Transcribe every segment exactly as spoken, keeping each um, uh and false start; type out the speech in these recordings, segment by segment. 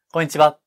こんにちは。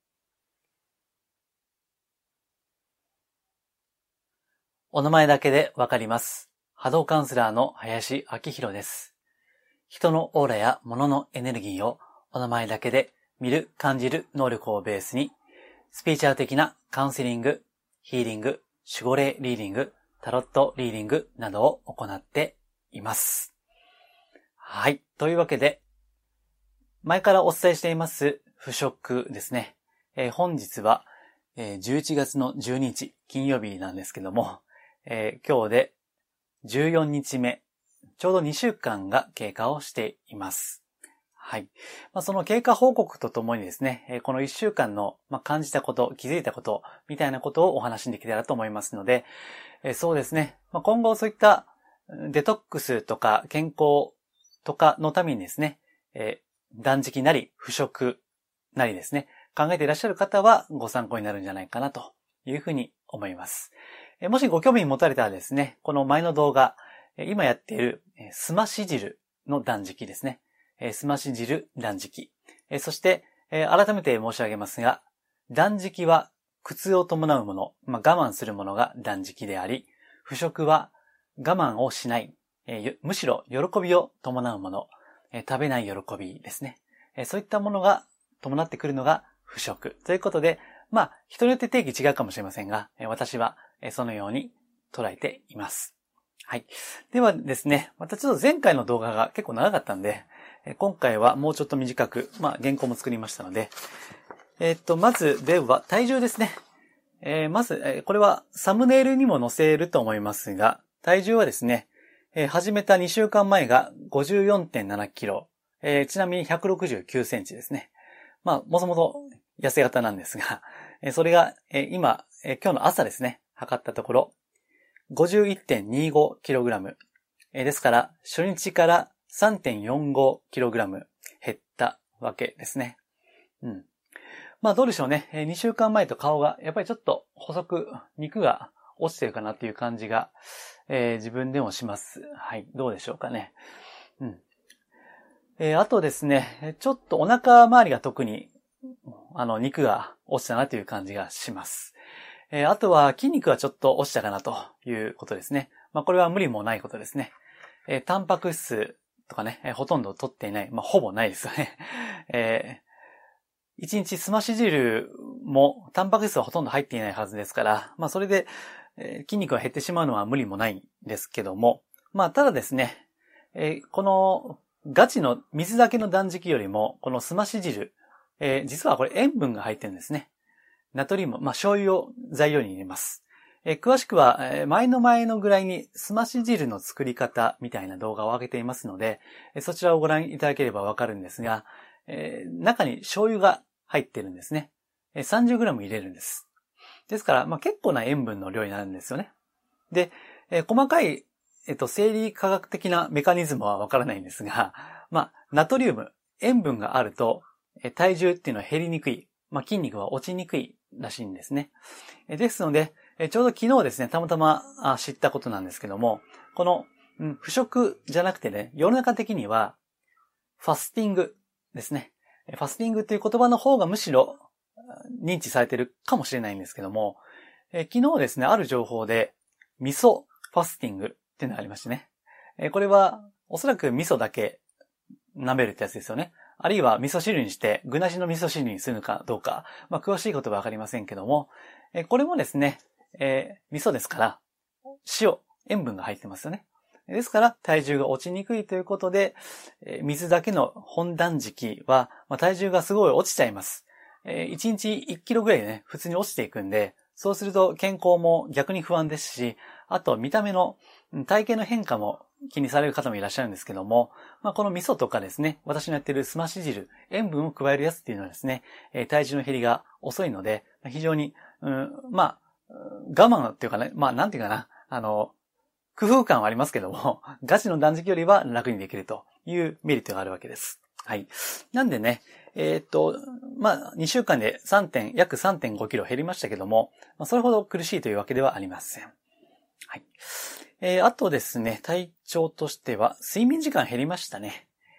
お名前だけでわかります。波動カウンセラーの林明宏です。人のオーラや物のエネルギーをお名前だけで見る、感じる能力をベースに、スピーチャル的なカウンセリング、ヒーリング、守護霊リーディング、タロットリーディングなどを行っています。はい。というわけで、前からお伝えしています不食ですね。えー、本日は、えー、じゅういちがつのじゅうににち金曜日なんですけども、えー、今日でじゅうよっかめ、ちょうどにしゅうかんが経過をしています。はい。まあ、その経過報告とともにですね、えー、このいっしゅうかんの、まあ、感じたこと、気づいたこと、みたいなことをお話しできたらと思いますので、えー、そうですね、まあ、今後そういったデトックスとか健康とかのためにですね、えー断食なり、不食なりですね、考えていらっしゃる方はご参考になるんじゃないかなというふうに思います。もしご興味持たれたらですね、この前の動画、今やっているすまし汁の断食ですね。すまし汁断食。そして、改めて申し上げますが、断食は苦痛を伴うもの、まあ、我慢するものが断食であり、不食は我慢をしない、むしろ喜びを伴うもの、食べない喜びですね。そういったものが伴ってくるのが不食ということで、まあ人によって定義違うかもしれませんが、私はそのように捉えています。はい。ではですね、またちょっと前回の動画が結構長かったんで、今回はもうちょっと短く、まあ原稿も作りましたので、えっと、まずでは体重ですね。えー、まず、これはサムネイルにも載せると思いますが、体重はですね、えー、始めたにしゅうかんまえが ごじゅうよんてんななキロ、えー、ちなみにひゃくろくじゅうきゅうセンチですね。まあ、もともと痩せ型なんですが、えー、それが、えー、今、えー、今日の朝ですね、測ったところ、ごじゅういってんにごキログラム、えー、ですから、初日から さんてんよんごキログラム減ったわけですね。うん。まあ、どうでしょうね。えー、にしゅうかんまえと顔が、やっぱりちょっと細く、肉が落ちてるかなっていう感じが、えー、自分でもします。はい。どうでしょうかね。うん。えー、あとですね、ちょっとお腹周りが特に、あの、肉が落ちたなという感じがします。えー、あとは筋肉はちょっと落ちたかなということですね。まあ、これは無理もないことですね。えー、タンパク質とかね、えー、ほとんど取っていない。まあ、ほぼないですよね。えー、一日すまし汁もタンパク質はほとんど入っていないはずですから、まあ、それで、えー、筋肉が減ってしまうのは無理もないんですけども、まあ、ただですね、えー、このガチの水だけの断食よりも、このすまし汁、えー、実はこれ塩分が入ってるんですね。ナトリウム、まあ、醤油を材料に入れます。えー、詳しくは、えー、前の前のぐらいにすまし汁の作り方みたいな動画を上げていますので、えー、そちらをご覧いただければわかるんですが、えー、中に醤油が入ってるんですね。えー、さんじゅうグラム 入れるんです。ですから、まあ、結構な塩分の量になるんですよね。で、えー、細かい、えっと、生理科学的なメカニズムはわからないんですが、まあ、ナトリウム、塩分があると、えー、体重っていうのは減りにくい。まあ、筋肉は落ちにくいらしいんですね。えー、ですので、えー、ちょうど昨日ですね、たまたまあ知ったことなんですけども、この、うん、不食じゃなくてね、世の中的には、ファスティングですね。ファスティングっていう言葉の方がむしろ認知されてるかもしれないんですけども、えー、昨日ですね、ある情報で、味噌ファスティングっていうのがありましてね。えー、これは、おそらく味噌だけ舐めるってやつですよね。あるいは味噌汁にして、具なしの味噌汁にするのかどうか、まあ、詳しいことはわかりませんけども、えー、これもですね、えー、味噌ですから、塩、塩分が入ってますよね。ですから、体重が落ちにくいということで、えー、水だけの本断食は、まあ、体重がすごい落ちちゃいます。えー、いちにちいちキロぐらいでね、普通に落ちていくんで、そうすると健康も逆に不安ですし、あと見た目の体型の変化も気にされる方もいらっしゃるんですけども、まあ、この味噌とかですね、私のやっているすまし汁、塩分を加えるやつっていうのはですね、体重の減りが遅いので、非常に、うん、まあ、我慢っていうかね、まあ、なんていうかな、あの、工夫感はありますけども、ガチの断食よりは楽にできるというメリットがあるわけです。はい。なんでね、えー、っと、まあ、にしゅうかんでさんてん、約 さんてんごキロ減りましたけども、まあ、それほど苦しいというわけではありません。はい。えー、あとですね、体調としては、睡眠時間減りましたね。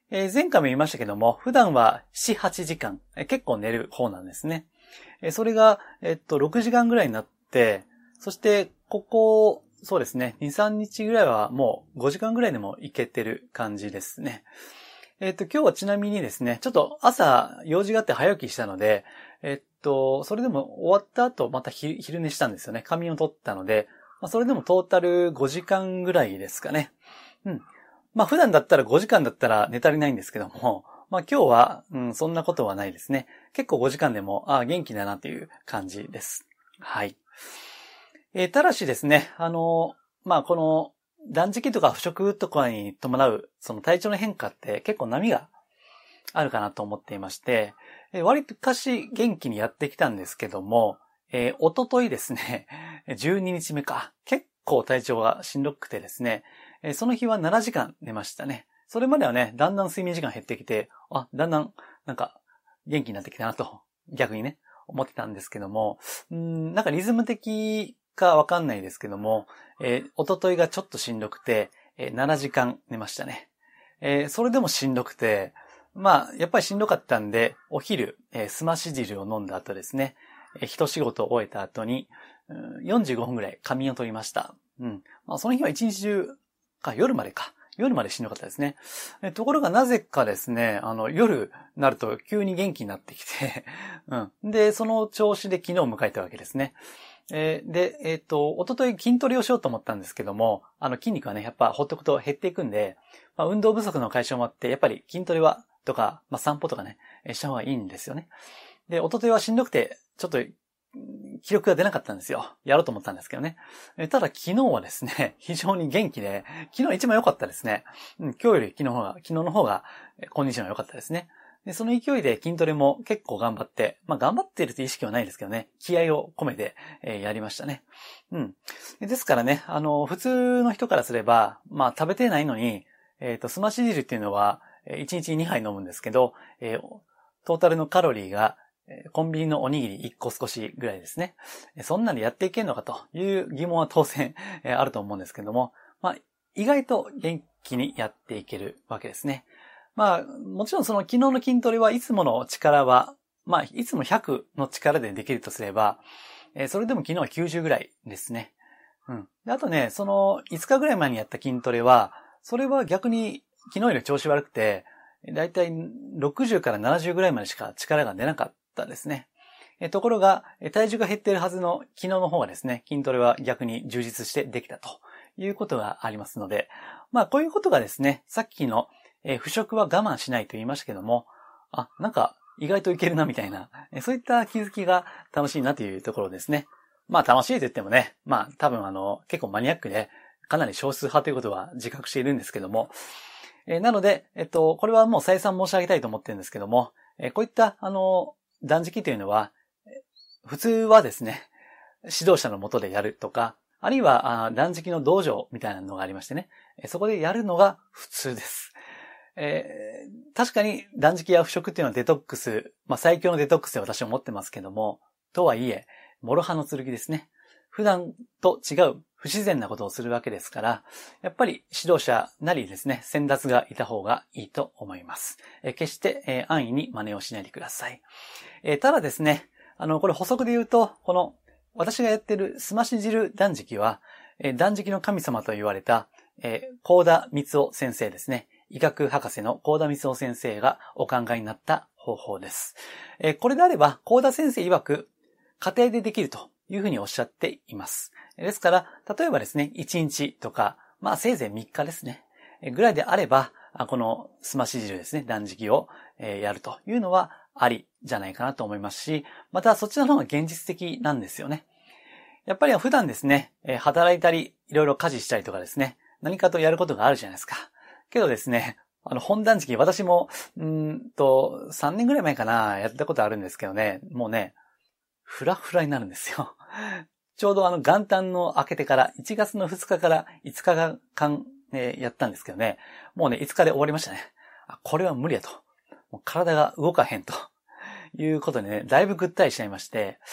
えー、前回も言いましたけども、普段はなな、はちじかん、えー、結構寝る方なんですね。えー、それが、えっと、ろくじかんぐらいになって、そして、ここ、そうですね、に、さんにちぐらいはもうごじかんぐらいでもいけてる感じですね。えっと、今日はちなみにですね、ちょっと朝用事があって早起きしたので、えっと、それでも終わった後また昼寝したんですよね。仮眠を取ったので、まあ、それでもトータルごじかんぐらいですかね。うん。まあ普段だったらごじかんだったら寝足りないんですけども、まあ今日は、うん、そんなことはないですね。結構ごじかんでも、ああ、元気だなという感じです。はい。えー、ただしですね、あの、まあこの断食とか不食とかに伴うその体調の変化って結構波があるかなと思っていまして、えー、割かし元気にやってきたんですけども、えー、おとといですね、じゅうににちめか、結構体調がしんどくてですね、えー、その日はななじかん寝ましたね。それまではね、だんだん睡眠時間減ってきて、あ、だんだん、なんか、元気になってきたなと、逆にね、思ってたんですけども、うーん、なんかリズム的かわかんないですけども、えー、おとといがちょっとしんどくて、えー、ななじかん寝ましたね。えー、それでもしんどくて、まあ、やっぱりしんどかったんで、お昼、えー、すまし汁を飲んだ後ですね、えー、一仕事を終えた後に、よんじゅうごふんぐらい仮眠を取りました。うん。まあ、その日は一日中、か、夜までか。夜までしんどかったですね。えところがなぜかですね、あの、夜になると急に元気になってきて、うん。で、その調子で昨日を迎えたわけですね。えー、で、えっと、一昨日筋トレをしようと思ったんですけども、あの筋肉はね、やっぱほっとくと減っていくんで、まあ、運動不足の解消もあって、やっぱり筋トレは、とか、まあ、散歩とかね、した方がいいんですよね。で、一昨日はしんどくて、ちょっと、気力が出なかったんですよ。やろうと思ったんですけどね。えただ昨日はですね、非常に元気で、昨日一番良かったですね。うん、今日より昨日の方が、昨日の方がコンディションが良かったですね。で、その勢いで筋トレも結構頑張って、まあ頑張っているという意識はないですけどね、気合を込めて、えー、やりましたね。うん。ですからね、あの、普通の人からすれば、まあ食べてないのに、えっと、すまし汁っていうのは、いちにちにはい飲むんですけど、えー、トータルのカロリーがコンビニのおにぎりいっこ少しぐらいですね。そんなんでやっていけるのかという疑問は当然あると思うんですけども、まあ、意外と元気にやっていけるわけですね。まあ、もちろんその昨日の筋トレはいつもの力は、まあ、いつもひゃくの力でできるとすれば、それでも昨日はきゅうじゅうぐらいですね。うん。であとね、そのいつかぐらい前にやった筋トレは、それは逆に昨日より調子悪くて、だいたいろくじゅうからななじゅうぐらいまでしか力が出なかったですね。えところが、体重が減っているはずの昨日の方がですね、筋トレは逆に充実してできたということがありますので、まあこういうことがですね、さっきの、え不食は我慢しないと言いましたけども、あ、なんか意外といけるなみたいな、そういった気づきが楽しいなというところですね。まあ楽しいと言ってもね、まあ多分あの結構マニアックでかなり少数派ということは自覚しているんですけども、えー、なので、えっと、これはもう再三申し上げたいと思ってるんですけども、えー、こういった、あの、断食というのは、普通はですね、指導者の下でやるとか、あるいはあ断食の道場みたいなのがありましてね、そこでやるのが普通です。えー、確かに断食や不食っていうのはデトックス、まあ最強のデトックスで私は思ってますけども、とはいえ、諸刃の剣ですね。普段と違う不自然なことをするわけですから、やっぱり指導者なりですね、先達がいた方がいいと思います。え決して、えー、安易に真似をしないでください。えー、ただですね、あの、これ補足で言うと、この私がやってるすまし汁断食は、えー、断食の神様と言われた、えー、高田光夫先生ですね。医学博士の高田光夫先生がお考えになった方法です。えー、これであれば、高田先生曰く、家庭でできるというふうにおっしゃっています。ですから、例えばですね、いちにちとか、まあせいぜいみっかですね、ぐらいであれば、このすまし汁ですね、断食をやるというのはありじゃないかなと思いますし、またそっちの方が現実的なんですよね。やっぱり普段ですね、働いたり、いろいろ家事したりとかですね、何かとやることがあるじゃないですか。けどですね、あの本断食、私も、うーんと、さんねんぐらい前かな、やったことあるんですけどね、もうね、フラフラになるんですよ。ちょうどあの元旦の明けてからいちがつのふつかからいつかかん、えー、やったんですけどね、もうねいつかで終わりましたね。あ、これは無理やと。もう体が動かへんということでね、だいぶぐったりしちゃいまして、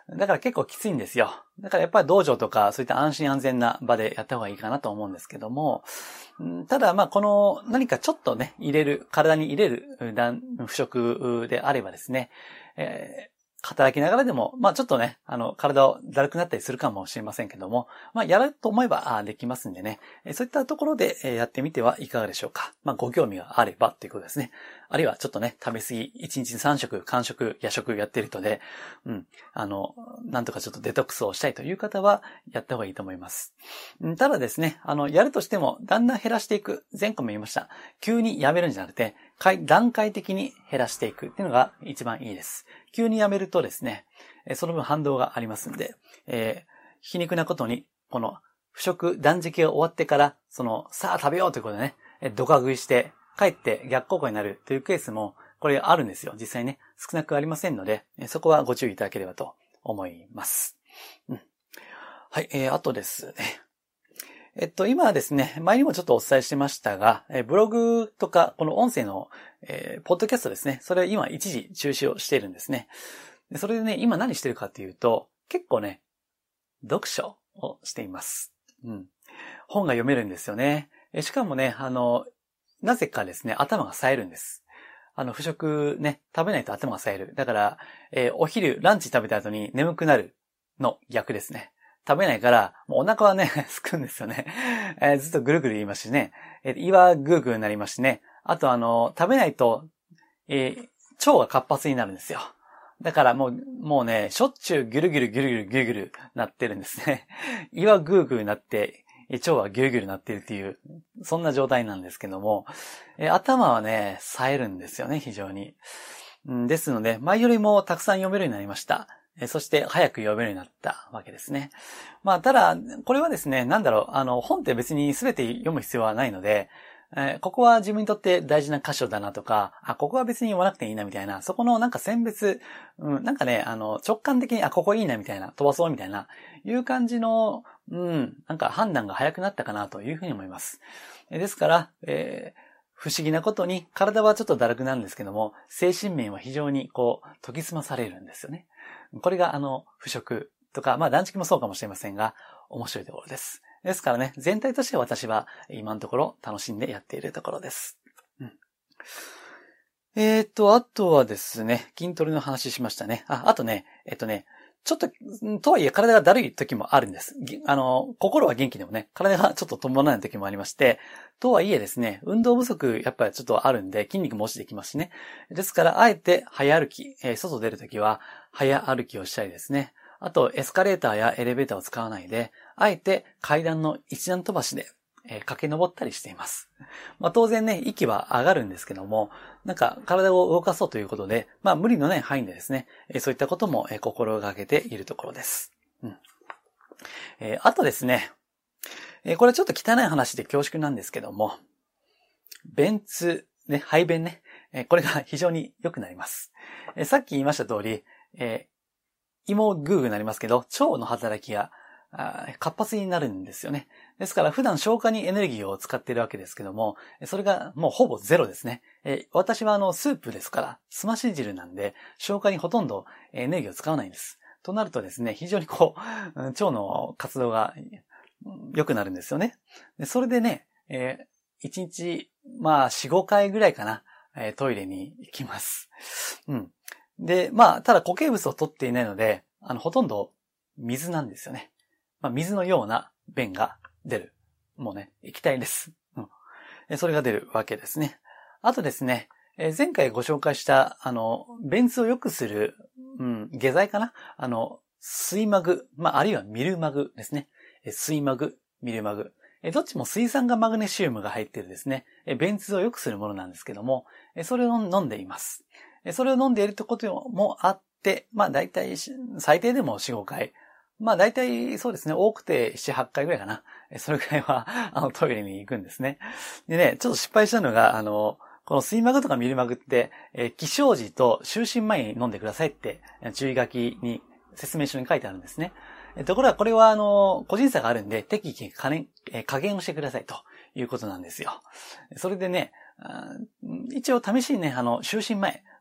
だから結構きついんですよ。だからやっぱり道場とかそういった安心安全な場でやった方がいいかなと思うんですけども、ただまあこの何かちょっとね、入れる、体に入れる腐食であればですね、えー働きながらでも、まあちょっとね、あの、体をだるくなったりするかもしれませんけども、まあやると思えばできますんでね、そういったところでやってみてはいかがでしょうか。まあご興味があればっていうことですね。あるいはちょっとね、食べ過ぎ、いちにちさん食、間食、夜食やってる人で、うん、あの、なんとかちょっとデトックスをしたいという方はやった方がいいと思います。ただですね、あの、やるとしてもだんだん減らしていく。前回も言いました。急にやめるんじゃなくて、段階的に減らしていくっていうのが一番いいです。急にやめるとですね、その分反動がありますんで、えー、皮肉なことに、この腐食断食が終わってから、その、さあ食べようということでね、ドカ食いして、かえって逆効果になるというケースも、これあるんですよ。実際ね、少なくありませんので、そこはご注意いただければと思います。うん、はい、えー、あとですね。えっと、今はですね、前にもちょっとお伝えしてましたが、えブログとか、この音声の、えー、ポッドキャストですね、それを今一時中止をしているんですね。でそれでね、今何してるかっていうと、結構ね、読書をしています。うん。本が読めるんですよね。えしかもね、あの、なぜかですね、頭が冴えるんです。あの、腐食ね、食べないと頭が冴える。だから、えー、お昼、ランチ食べた後に眠くなるの逆ですね。食べないから、もうお腹はね、すくんですよね。えー、ずっとぐるぐる言いますしね。えー、胃はグーグーになりますしね。あとあの、食べないと、えー、腸が活発になるんですよ。だからもう、もうね、しょっちゅうぐるぐるぐるぐるぐるぐるなってるんですね。胃はグーグーになって、腸はギュルギュルなってるっていう、そんな状態なんですけども、えー、頭はね、冴えるんですよね、非常に。んですので、前よりもたくさん読めるようになりました。そして早く読めるようになったわけですね。まあ、ただ、これはですね、なんだろう、あの、本って別に全て読む必要はないので、えー、ここは自分にとって大事な箇所だなとか、あ、ここは別に読まなくていいなみたいな、そこのなんか選別、うん、なんかね、あの、直感的に、あ、ここいいなみたいな、飛ばそうみたいな、いう感じの、うん、なんか判断が早くなったかなというふうに思います。ですから、えー不思議なことに体はちょっとだるくなるんですけども、精神面は非常にこう、研ぎ澄まされるんですよね。これがあの、腐食とか、まあ断食もそうかもしれませんが、面白いところです。ですからね、全体として私は今のところ楽しんでやっているところです。うん、えーと、あとはですね、筋トレの話しましたね。あ、あとね、えっとね、ちょっと、とはいえ体がだるい時もあるんです。あの、心は元気でもね、体がちょっと伴わない時もありまして、とはいえですね、運動不足やっぱりちょっとあるんで、筋肉も落ちてきますしね。ですから、あえて早歩き、えー、外出る時は早歩きをしたりですね。あと、エスカレーターやエレベーターを使わないで、あえて階段の一段飛ばしで、えー、駆け上ったりしています。まあ当然ね、息は上がるんですけども、なんか体を動かそうということで、まあ無理のない範囲でですね、えー、そういったことも、えー、心がけているところです。うんえー、あとですね、えー、これちょっと汚い話で恐縮なんですけども、便通、ね、排便ね、えー、これが非常に良くなります。えー、さっき言いました通り、えー、胃もグーグーになりますけど、腸の働きが活発になるんですよね。ですから普段消化にエネルギーを使っているわけですけども、それがもうほぼゼロですね。え私はあのスープですから、すまし汁なんで消化にほとんどエネルギーを使わないんです。となるとですね、非常にこう、腸の活動が良くなるんですよね。でそれでね、えー、いちにち、まあよん、ごかいぐらいかな、えー、トイレに行きます。うん。で、まあ、ただ固形物を取っていないので、あの、ほとんど水なんですよね。まあ、水のような便が出る。もうね、液体です。うん。それが出るわけですね。あとですね、前回ご紹介した、あの、便通を良くする、うん、下剤かなあの、水マグ、まあ、あるいはミルマグですね。水マグ、ミルマグ。どっちも水酸化マグネシウムが入っているですね、便通を良くするものなんですけども、それを飲んでいます。それを飲んでいるということもあって、まあ、大体、最低でもよん、ごかい。まあ大体そうですね、多くてなな、はちかいぐらいかな。それくらいは、あの、トイレに行くんですね。でね、ちょっと失敗したのが、あの、この水マグとかミルマグって、えー、起床時と就寝前に飲んでくださいって、注意書きに、説明書に書いてあるんですね。ところがこれは、あの、個人差があるんで、適宜加減、えー、加減をしてくださいということなんですよ。それでね、一応試しにね、あの、就寝前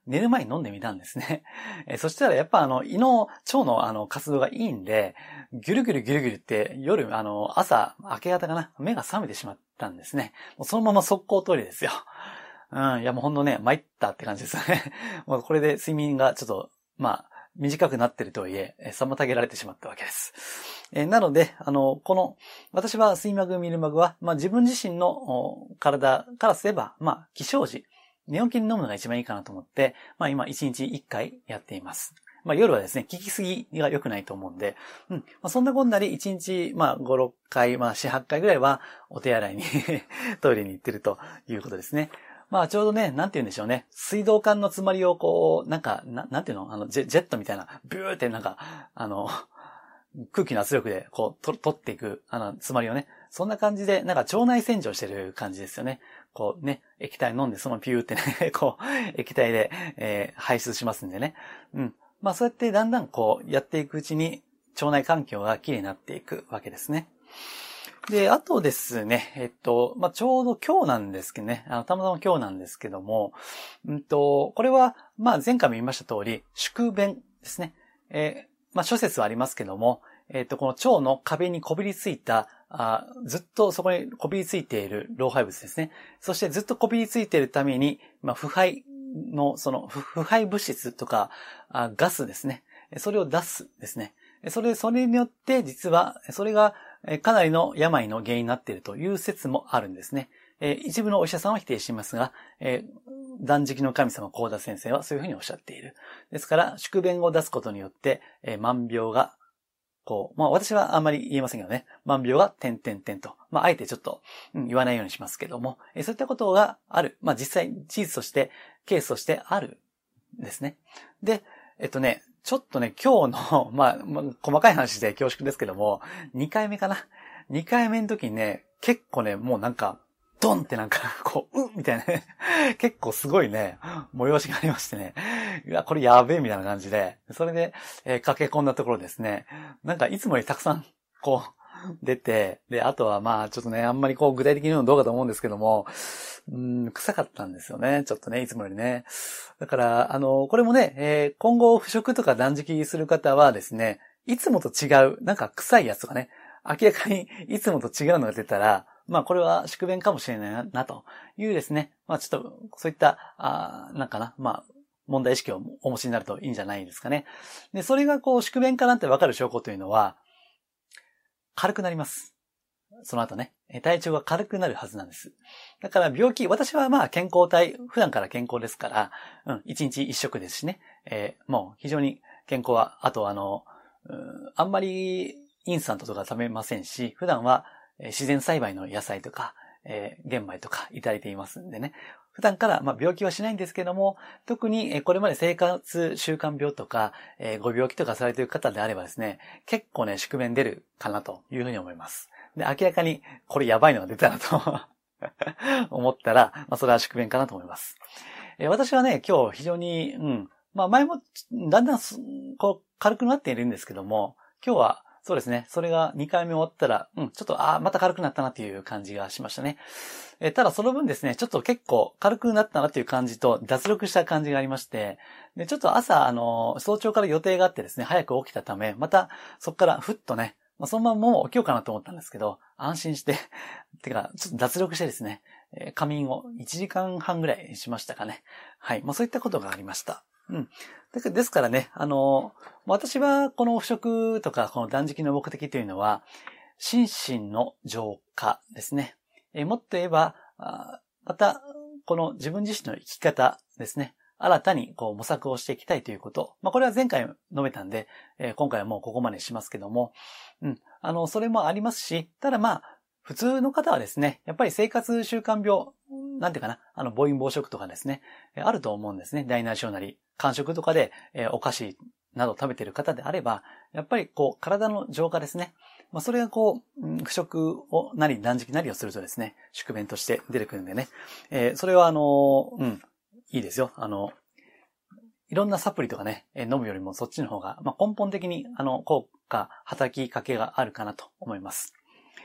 寝る前に飲んでみたんですね。えそしたらやっぱあの、胃の腸のあの、活動がいいんで、ギュルギュルギュルギュルって夜、あの、朝、明け方かな、目が覚めてしまったんですね。もうそのまま速攻トイレですよ。うん、いやもうほんとね、参ったって感じですよね。もうこれで睡眠がちょっと、まあ、短くなってるとはいえ、妨げられてしまったわけです。えー、なので、あの、この、私は睡眠ミルマグは、まあ自分自身の体からすれば、まあ、起床時、寝起きに飲むのが一番いいかなと思って、まあ今一日一回やっています。まあ夜はですね、効きすぎが良くないと思うんで、うん。まあそんなこんなで一日、まあご、ろっかい、まあよん、はちかいぐらいはお手洗いにトイレに行ってるということですね。まあちょうどね、なんて言うんでしょうね。水道管の詰まりをこう、なんか、ななんていうのあのジェ、ジェットみたいな、ビューってなんか、あの、空気の圧力でこう、と、取っていく、あの、詰まりをね。そんな感じで、なんか腸内洗浄してる感じですよね。こうね、液体飲んでそのピューってね、こう、液体で、えー、排出しますんでね。うん。まあそうやってだんだんこう、やっていくうちに、腸内環境がきれいになっていくわけですね。で、あとですね、えっと、まあ、ちょうど今日なんですけどね、あの、たまたま今日なんですけども、うんと、これは、まあ、前回も言いました通り、宿便ですね。えー、まあ、諸説はありますけども、えっと、この腸の壁にこびりついた、あずっとそこにこびりついている老廃物ですね。そしてずっとこびりついているために、まあ、腐敗の、その、腐敗物質とか、あガスですね。それを出すですね。それ、それによって、実は、それが、かなりの病の原因になっているという説もあるんですね。えー、一部のお医者さんは否定していますが、えー、断食の神様高田先生はそういうふうにおっしゃっている。ですから、宿便を出すことによって、えー、万病が、こう、まあ私はあんまり言えませんけどね、万病が点々点と、まああえてちょっと、うん、言わないようにしますけども、えー、そういったことがある。まあ実際、事実として、ケースとしてあるんですね。で、えっとね、ちょっとね、今日の、まあ、まあ、細かい話で恐縮ですけども、にかいめかな。にかいめの時にね、結構ね、もうなんか、ドンってなんか、こう、うっみたいなね、結構すごいね、催しがありましてね、いや、これやべえみたいな感じで、それで、えー、駆け込んだところですね、なんかいつもよりたくさん、こう、出て、で、あとはまあ、ちょっとね、あんまりこう、具体的に言うのどうかと思うんですけども、うーん、臭かったんですよね。ちょっとね、いつもよりね。だから、あの、これもね、えー、今後不食とか断食する方はですね、いつもと違う、なんか臭いやつとかね、明らかにいつもと違うのが出たら、まあこれは宿便かもしれないな、というですね、まあちょっと、そういった、あなんかな、まあ、問題意識をお持ちになるといいんじゃないですかね。で、それがこう、宿便かなってわかる証拠というのは、軽くなります。その後ね、体調が軽くなるはずなんです。だから病気、私はまあ健康体、普段から健康ですから、うん、一日一食ですしね、えー、もう非常に健康は、あとあの、うん、あんまりインスタントとか食べませんし、普段は自然栽培の野菜とか、えー、玄米とかいただいていますんでね。普段からまあ病気はしないんですけども、特にこれまで生活習慣病とか、えー、ご病気とかされている方であればですね、結構ね、宿便出るかなというふうに思います。で、明らかにこれやばいのが出たなと思ったら、まあそれは宿便かなと思います。えー、私はね、今日非常に、うん、まあ前もだんだんこう軽くなっているんですけども、今日はそうですね。それがにかいめ終わったら、うん、ちょっと、ああ、また軽くなったなっていう感じがしましたね。えただその分ですね、ちょっと結構軽くなったなっていう感じと、脱力した感じがありまして、で、ちょっと朝、あの、早朝から予定があってですね、早く起きたため、またそこからふっとね、まあ、そのままもう起きようかなと思ったんですけど、安心して、てか、ちょっと脱力してですね、えー、仮眠をいちじかんはんぐらいしましたかね。はい。まあそういったことがありました。うん。ですからね、あの、私はこの不食とかこの断食の目的というのは、心身の浄化ですね。えもっと言えば、また、この自分自身の生き方ですね。新たにこう模索をしていきたいということ。まあこれは前回述べたんで、えー、今回はもうここまでしますけども、うん。あの、それもありますし、ただまあ、普通の方はですね、やっぱり生活習慣病、なんていうかな、あの、暴飲暴食とかですね、あると思うんですね。大内小なり、間食とかで、えー、お菓子など食べている方であれば、やっぱりこう、体の浄化ですね。まあ、それがこう、不食をなり断食なりをするとですね、宿便として出てくるんでね。えー、それはあの、うん、いいですよ。あの、いろんなサプリとかね、飲むよりもそっちの方が、まあ、根本的にあの、効果、働きかけがあるかなと思います。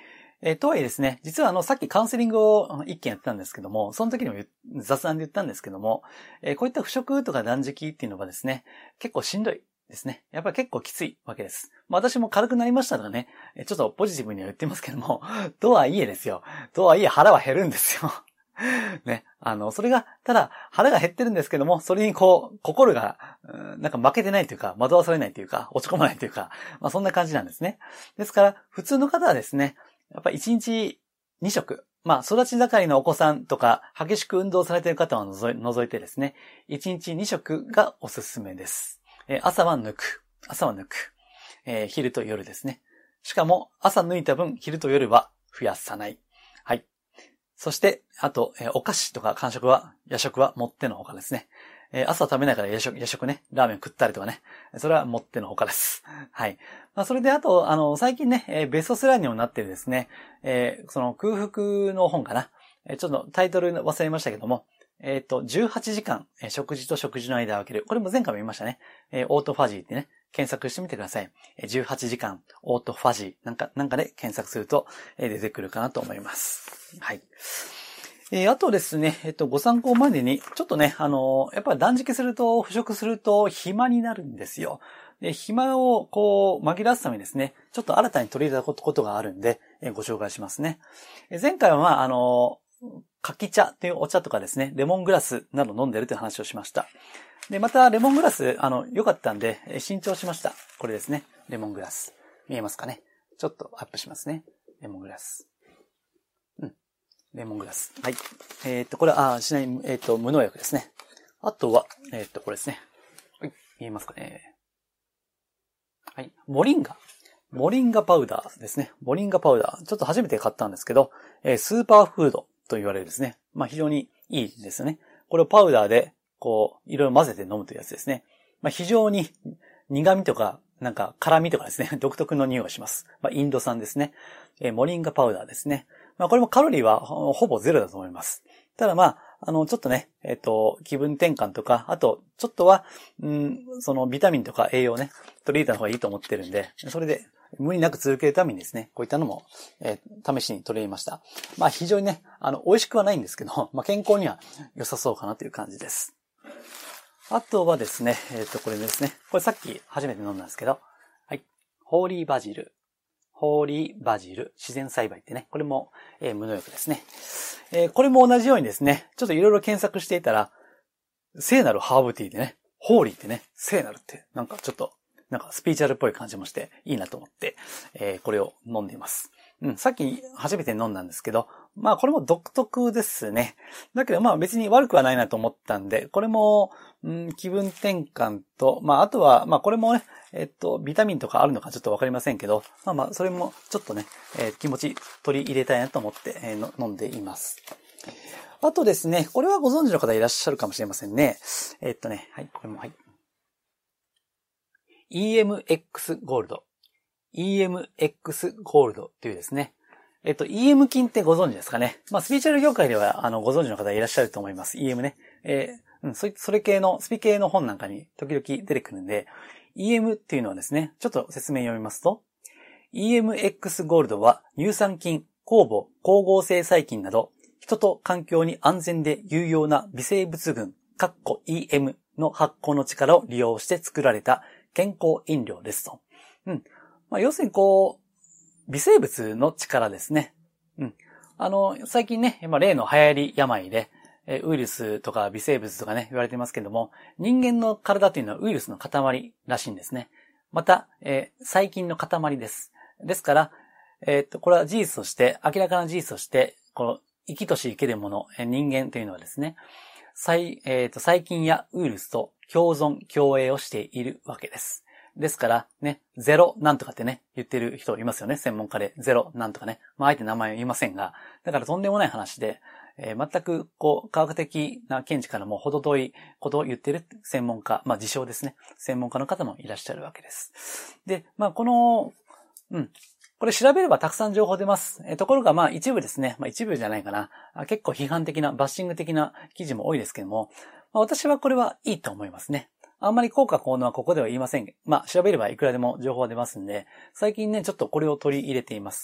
えー、とはいえですね、実はあの、さっきカウンセリングを一件やってたんですけども、その時にも雑談で言ったんですけども、えー、こういった腐食とか断食っていうのがですね、結構しんどいですね。やっぱり結構きついわけです。まあ私も軽くなりましたとかね、ちょっとポジティブには言ってますけども、とはいえですよ。とはいえ腹は減るんですよ。ね。あの、それが、ただ腹が減ってるんですけども、それにこう、心が、なんか負けてないというか、惑わされないというか、落ち込まないというか、まあそんな感じなんですね。ですから、普通の方はですね、やっぱりいちにちに食。まあ、育ち盛りのお子さんとか、激しく運動されている方を除い除いてですね、いちにちに食がおすすめです。えー、朝は抜く。朝は抜く。えー、昼と夜ですね。しかも、朝抜いた分、昼と夜は増やさない。はい。そして、あと、えー、お菓子とか間食は、夜食はもってのほかですね。えー、朝食べないから夜食、夜食ね、ラーメン食ったりとかね。それはもってのほかです。はい。まあ、それであと、あの、最近ね、えー、ベストセラーにもなってるですね、えー、その空腹の本かな。えー、ちょっとタイトル忘れましたけども、えっと、じゅうはちじかん、えー、食事と食事の間を空ける。これも前回も言いましたね。えー、オートファジーってね、検索してみてください。えー、じゅうはちじかん、オートファジーなんか、なんかで検索すると、えー、出てくるかなと思います。はい。えー、あとですね、えっと、ご参考までに、ちょっとね、あのー、やっぱり断食すると、腐食すると暇になるんですよ。で、暇をこう、紛らわすためにですね、ちょっと新たに取り入れたことがあるんで、えー、ご紹介しますね。えー、前回はまあ、あのー、柿茶というお茶とかですね、レモングラスなど飲んでるという話をしました。で、また、レモングラス、あの、良かったんで、えー、新調しました。これですね、レモングラス。見えますかね？ちょっとアップしますね。レモングラス。レモングラス。はい。えっと、これは、あ、しない、えっと、無農薬ですね。あとは、えっと、これですね。はい。見えますかね。はい。モリンガ。モリンガパウダーですね。モリンガパウダー。ちょっと初めて買ったんですけど、えー、スーパーフードと言われるですね。まあ、非常にいいですよね。これをパウダーで、こう、いろいろ混ぜて飲むというやつですね。まあ、非常に苦味とか、なんか辛味とかですね、独特の匂いがします。まあ、インド産ですね。えー、モリンガパウダーですね。まあ、これもカロリーはほぼゼロだと思います。ただまあ、あの、ちょっとね、えっと、気分転換とか、あと、ちょっとは、うん、そのビタミンとか栄養をね、取り入れた方がいいと思ってるんで、それで、無理なく続けるためにですね、こういったのも、えー、試しに取り入れました。まあ、非常にね、あの、美味しくはないんですけど、まあ、健康には良さそうかなという感じです。あとはですね、えっと、これですね。これさっき初めて飲んだんですけど、はい。ホーリーバジル。ホーリーバジル、自然栽培ってね、これも、えー、無農薬ですね。えー、これも同じようにですね、ちょっといろいろ検索していたら、聖なるハーブティーでね、ホーリーってね、聖なるって、なんかちょっと、なんかスピーチュアルっぽい感じもしていいなと思って、えー、これを飲んでいます。うん、さっき初めて飲んだんですけど、まあこれも独特ですね。だけどまあ別に悪くはないなと思ったんで、これも、うん、気分転換と、まああとは、まあこれもね、えっと、ビタミンとかあるのかちょっとわかりませんけど、まあまあそれもちょっとね、えー、気持ち取り入れたいなと思って、えー、飲んでいます。あとですね、これはご存知の方いらっしゃるかもしれませんね。えっとね、はい、これもはい。イーエムエックス ゴールド。イーエムエックス ゴールドっていうですね。えっと、イーエム 菌ってご存知ですかね。まあ、スピーチュアル業界では、あの、ご存知の方いらっしゃると思います。イーエム ね。えー、うん、そ、それ系の、スピ系の本なんかに時々出てくるんで、イーエム っていうのはですね、ちょっと説明読みますと、イーエムエックス ゴールドは乳酸菌、酵母、光合成細菌など、人と環境に安全で有用な微生物群、イーエム の発酵の力を利用して作られた健康飲料ですと。うん。まあ、要するにこう、微生物の力ですね。うん。あの、最近ね、今例の流行り病で、ウイルスとか微生物とかね、言われてますけども、人間の体というのはウイルスの塊らしいんですね。また、えー、細菌の塊です。ですから、えー、っと、これは事実として、明らかな事実として、この生きとし生けるもの、人間というのはですね、細、えー、っと、細菌やウイルスと共存、共栄をしているわけです。ですから、ね、ゼロなんとかってね、言ってる人いますよね、専門家で。ゼロなんとかね。まあ、あえて名前は言いませんが、だからとんでもない話で、えー、全く、こう、科学的な見地からも程遠いことを言ってる専門家、まあ、自称ですね。専門家の方もいらっしゃるわけです。で、まあ、この、うん。これ調べればたくさん情報出ます。えー、ところが、まあ、一部ですね。まあ、一部じゃないかな。結構批判的な、バッシング的な記事も多いですけども、まあ、私はこれはいいと思いますね。あんまり効果効能はここでは言いません。まあ、調べればいくらでも情報が出ますんで、最近ね、ちょっとこれを取り入れています。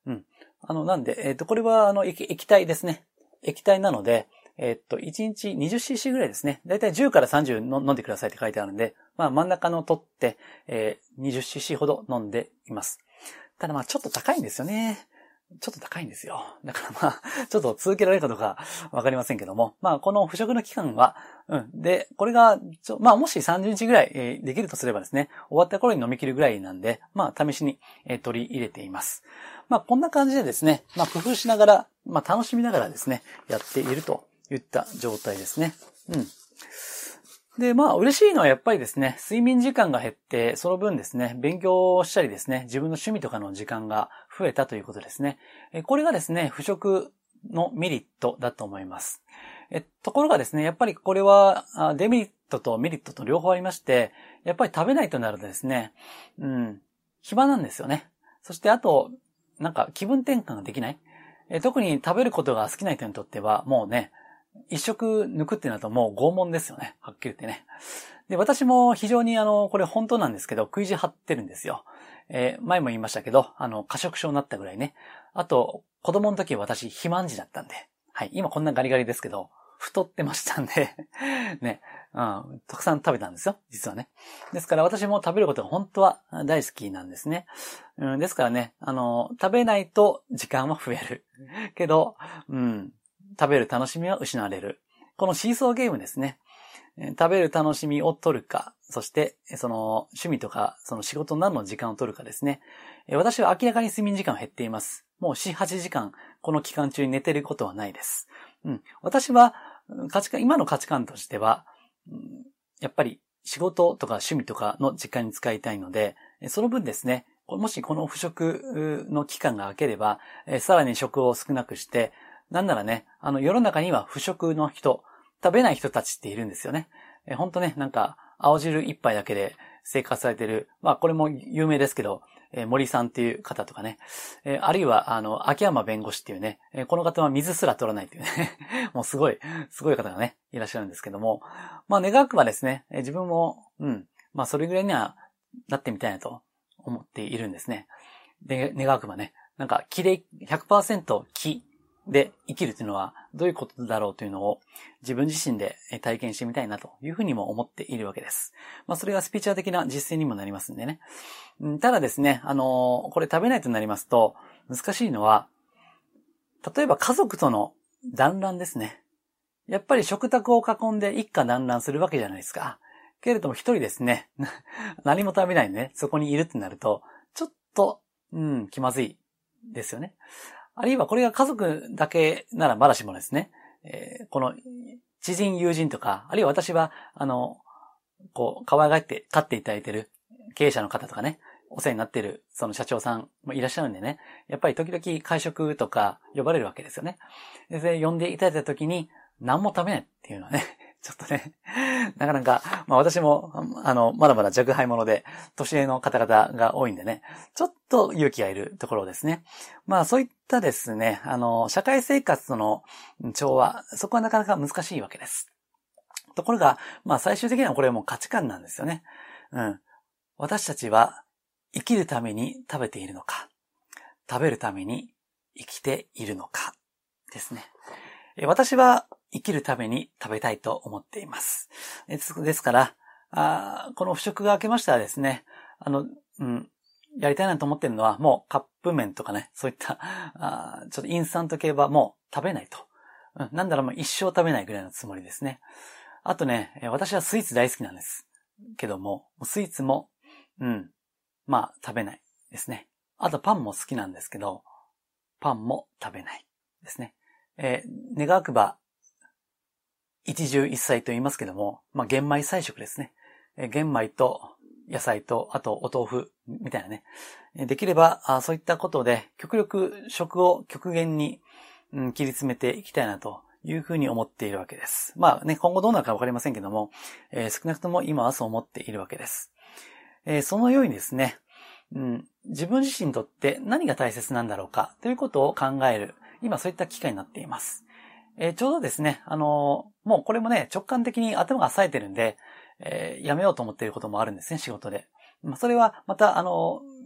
うん。あの、なんで、えっと、これは、あの、液、液体ですね。液体なので、えっと、いちにち にじゅっシーシー ぐらいですね。だいたいじゅうからさんじゅうの飲んでくださいって書いてあるんで、まあ真ん中の取って、えー、にじゅっシーシー ほど飲んでいます。ただまあちょっと高いんですよね。ちょっと高いんですよ。だからまあ、ちょっと続けられるかどうかわかりませんけども、まあこの不食の期間は、うん。で、これがちょ、まあもしさんじゅうにちぐらい、えー、できるとすればですね、終わった頃に飲み切るぐらいなんで、まあ試しに、えー、取り入れています。まあこんな感じでですね、まあ工夫しながら、まあ楽しみながらですね、やっているといった状態ですね。うん。で、まあ嬉しいのはやっぱりですね、睡眠時間が減って、その分ですね、勉強をしたりですね、自分の趣味とかの時間が増えたということですね。これがですね、不食のメリットだと思います。え、ところがですね、やっぱりこれはデメリットとメリットと両方ありまして、やっぱり食べないとなるとですね、うん、暇なんですよね。そしてあと、なんか気分転換ができない。え、特に食べることが好きな人にとっては、もうね、一食抜くってなるともう拷問ですよね。はっきり言ってね。で、私も非常にあの、これ本当なんですけど、食い地張ってるんですよ。えー、前も言いましたけど、あの、過食症になったぐらいね。あと、子供の時は私、肥満児だったんで。はい、今こんなガリガリですけど、太ってましたんで、ね、うん、たくさん食べたんですよ、実はね。ですから私も食べることが本当は大好きなんですね。うん、ですからね、あの、食べないと時間は増える。けど、うん、食べる楽しみは失われる。このシーソーゲームですね。食べる楽しみを取るか、そして、その趣味とか、その仕事などの時間を取るかですね。私は明らかに睡眠時間が減っています。もうよん、はちじかん、この期間中に寝てることはないです。うん。私は、価値観、今の価値観としては、やっぱり仕事とか趣味とかの時間に使いたいので、その分ですね、もしこの不食の期間が空ければ、さらに食を少なくして、なんならね、あの世の中には不食の人、食べない人たちっているんですよね。え、ほんとね、なんか、青汁一杯だけで生活されてる、まあこれも有名ですけど、えー、森さんっていう方とかね、えー、あるいは、あの、秋山弁護士っていうね、えー、この方は水すら取らないっていうね、もうすごい、すごい方がね、いらっしゃるんですけども、まあ願わくばですね、えー、自分も、うん、まあそれぐらいにはなってみたいなと思っているんですね。で、願わくばね、なんか、気で、ひゃくパーセント気で生きるというのはどういうことだろうというのを自分自身で体験してみたいなというふうにも思っているわけです。まあそれがスピリチュアル的な実践にもなりますんでね。ただですね、あの、これ食べないとなりますと難しいのは、例えば家族との団らんですね。やっぱり食卓を囲んで一家団らんするわけじゃないですか。けれども一人ですね、何も食べないでね、そこにいるってなると、ちょっと、うん、気まずいですよね。あるいはこれが家族だけならまだしもですね、えー、この知人友人とか、あるいは私は、あの、こう、可愛がって飼っていただいている経営者の方とかね、お世話になっているその社長さんもいらっしゃるんでね、やっぱり時々会食とか呼ばれるわけですよね。で、呼んでいただいた時に何も食べないっていうのはね、ちょっとね、なかなか、まあ私も、あの、まだまだ若輩者で、年上の方々が多いんでね、ちょっと勇気がいるところですね。まあそういったですね、あの、社会生活との調和、そこはなかなか難しいわけです。ところが、まあ最終的にはこれはもう価値観なんですよね。うん。私たちは生きるために食べているのか、食べるために生きているのかですね。私は生きるために食べたいと思っています。ですから、あこの不食が明けましたらですね、あの、うん、やりたいなと思っているのは、もうカップ麺とかね、そういったあちょっとインスタント系はもう食べないと。うん、なんだろう、もう一生食べないぐらいのつもりですね。あとね、私はスイーツ大好きなんです。けども、スイーツも、うん、まあ食べないですね。あとパンも好きなんですけど、パンも食べないですね。えー、願わくば、一汁一菜と言いますけども、まあ、玄米菜食ですね。えー、玄米と野菜と、あとお豆腐みたいなね。できれば、あそういったことで、極力食を極限に、うん、切り詰めていきたいなというふうに思っているわけです。まあね、今後どうなるかわかりませんけども、えー、少なくとも今はそう思っているわけです。えー、そのようにですね、うん、自分自身にとって何が大切なんだろうかということを考える、今そういった機会になっています。えー、ちょうどですね、あのー、もうこれもね、直感的に頭が冴えてるんで、えー、やめようと思っていることもあるんですね、仕事で。それはまた、あの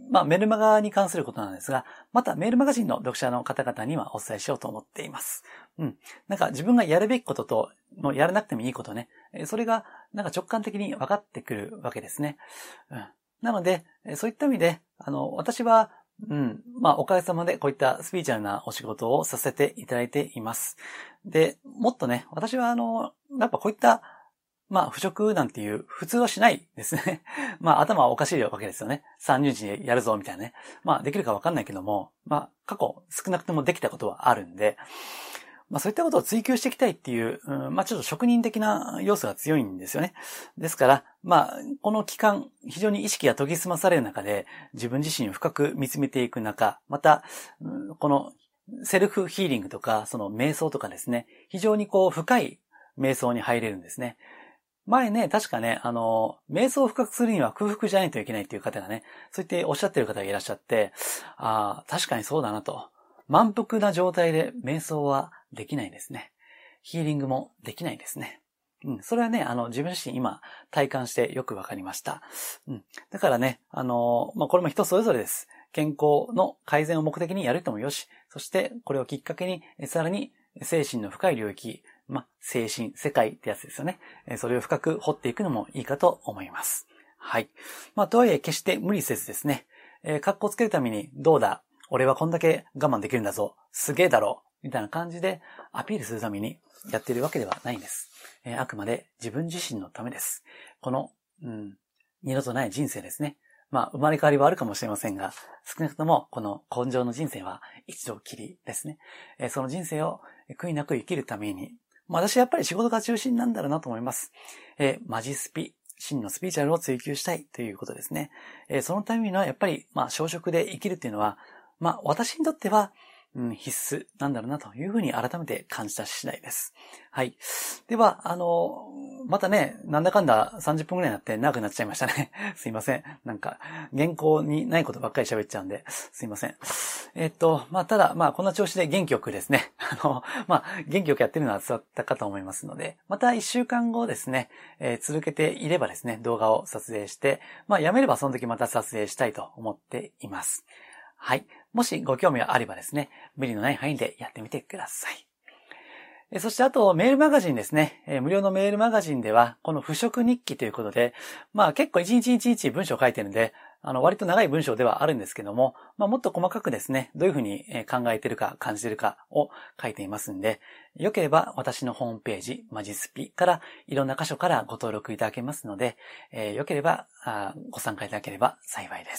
まあメルマガに関することなんですが、またメールマガジンの読者の方々にはお伝えしようと思っています。うん。なんか自分がやるべきことと、もうやらなくてもいいことね。それがなんか直感的に分かってくるわけですね。うん。なので、そういった意味で、あの、私は、うん。まあ、おかげさまでこういったスピリチュアルなお仕事をさせていただいています。で、もっとね、私はあの、やっぱこういった、まあ、腐食なんていう普通はしないですね。まあ、頭はおかしいわけですよね。さんじゅうにちでやるぞ、みたいなね。まあ、できるかわかんないけども、まあ、過去少なくともできたことはあるんで、まあそういったことを追求していきたいっていう、うん、まあちょっと職人的な要素が強いんですよね。ですから、まあこの期間、非常に意識が研ぎ澄まされる中で、自分自身を深く見つめていく中、また、うん、このセルフヒーリングとか、その瞑想とかですね、非常にこう深い瞑想に入れるんですね。前ね、確かね、あの、瞑想を深くするには空腹じゃないといけないっていう方がね、そう言っておっしゃってる方がいらっしゃって、ああ、確かにそうだなと。満腹な状態で瞑想はできないですね。ヒーリングもできないですね。うん、それはね、あの、自分自身今体感してよくわかりました。うん。だからね、あの、まあ、これも人それぞれです。健康の改善を目的にやる人もよし、そしてこれをきっかけに、さらに精神の深い領域、まあ、精神、世界ってやつですよね。それを深く掘っていくのもいいかと思います。はい。まあ、とはいえ決して無理せずですね、えー、格好つけるためにどうだ、俺はこんだけ我慢できるんだぞ、すげえだろ、みたいな感じでアピールするためにやっているわけではないんです。えー、あくまで自分自身のためです。この、うん、二度とない人生ですね。まあ、生まれ変わりはあるかもしれませんが、少なくともこの根性の人生は一度きりですね。えー、その人生を悔いなく生きるために、私はやっぱり仕事が中心なんだろうなと思います。えー、マジスピ、真のスピリチュアルを追求したいということですね。えー、そのためにはやっぱり、まあ、小食で生きるっていうのは、まあ、私にとっては、うん、必須なんだろうなというふうに改めて感じた次第です。はい。では、あの、またね、なんだかんださんじゅっぷんくらいになって長くなっちゃいましたね。すいません。なんか、原稿にないことばっかり喋っちゃうんで、すいません。えっと、まあ、ただ、まあ、こんな調子で元気よくですね、あの、まあ、元気よくやってるのは伝わったかと思いますので、またいっしゅうかんごですね、えー、続けていればですね、動画を撮影して、まあ、やめればその時また撮影したいと思っています。はい。もしご興味があればですね、無理のない範囲でやってみてください。そしてあと、メールマガジンですね。無料のメールマガジンでは、この腐食日記ということで、まあ結構一日一日文章を書いてるんで、あの割と長い文章ではあるんですけども、まあもっと細かくですね、どういうふうに考えているか感じているかを書いていますんで、よければ私のホームページ、マジスピからいろんな箇所からご登録いただけますので、えー、よければご参加いただければ幸いです。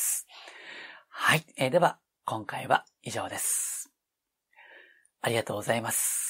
はい。えー、では、今回は以上です。ありがとうございます。